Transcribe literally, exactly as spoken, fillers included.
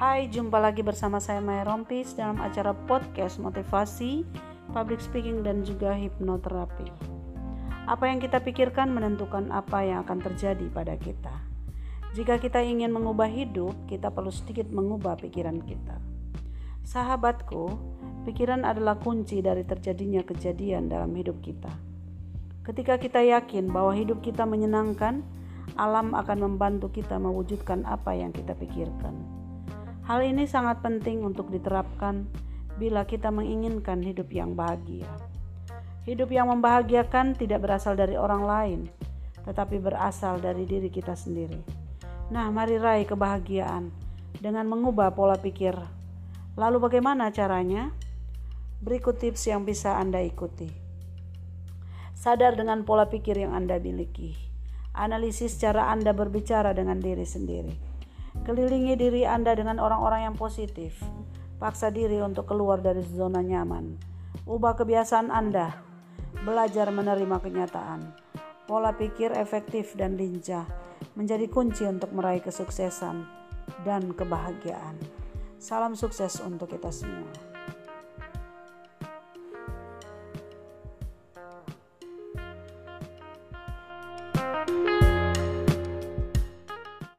Hai, jumpa lagi bersama saya Maya Rompis dalam acara podcast motivasi, public speaking dan juga hipnoterapi. Apa yang kita pikirkan menentukan apa yang akan terjadi pada kita. Jika kita ingin mengubah hidup, kita perlu sedikit mengubah pikiran kita. Sahabatku, pikiran adalah kunci dari terjadinya kejadian dalam hidup kita. Ketika kita yakin bahwa hidup kita menyenangkan, alam akan membantu kita mewujudkan apa yang kita pikirkan. Hal ini sangat penting untuk diterapkan bila kita menginginkan hidup yang bahagia. Hidup yang membahagiakan tidak berasal dari orang lain, tetapi berasal dari diri kita sendiri. Nah, mari raih kebahagiaan dengan mengubah pola pikir. Lalu bagaimana caranya? Berikut tips yang bisa Anda ikuti. Sadar dengan pola pikir yang Anda miliki. Analisis cara Anda berbicara dengan diri sendiri. Kelilingi diri Anda dengan orang-orang yang positif. Paksa diri untuk keluar dari zona nyaman. Ubah kebiasaan Anda. Belajar menerima kenyataan. Pola pikir efektif dan lincah menjadi kunci untuk meraih kesuksesan dan kebahagiaan. Salam sukses untuk kita semua.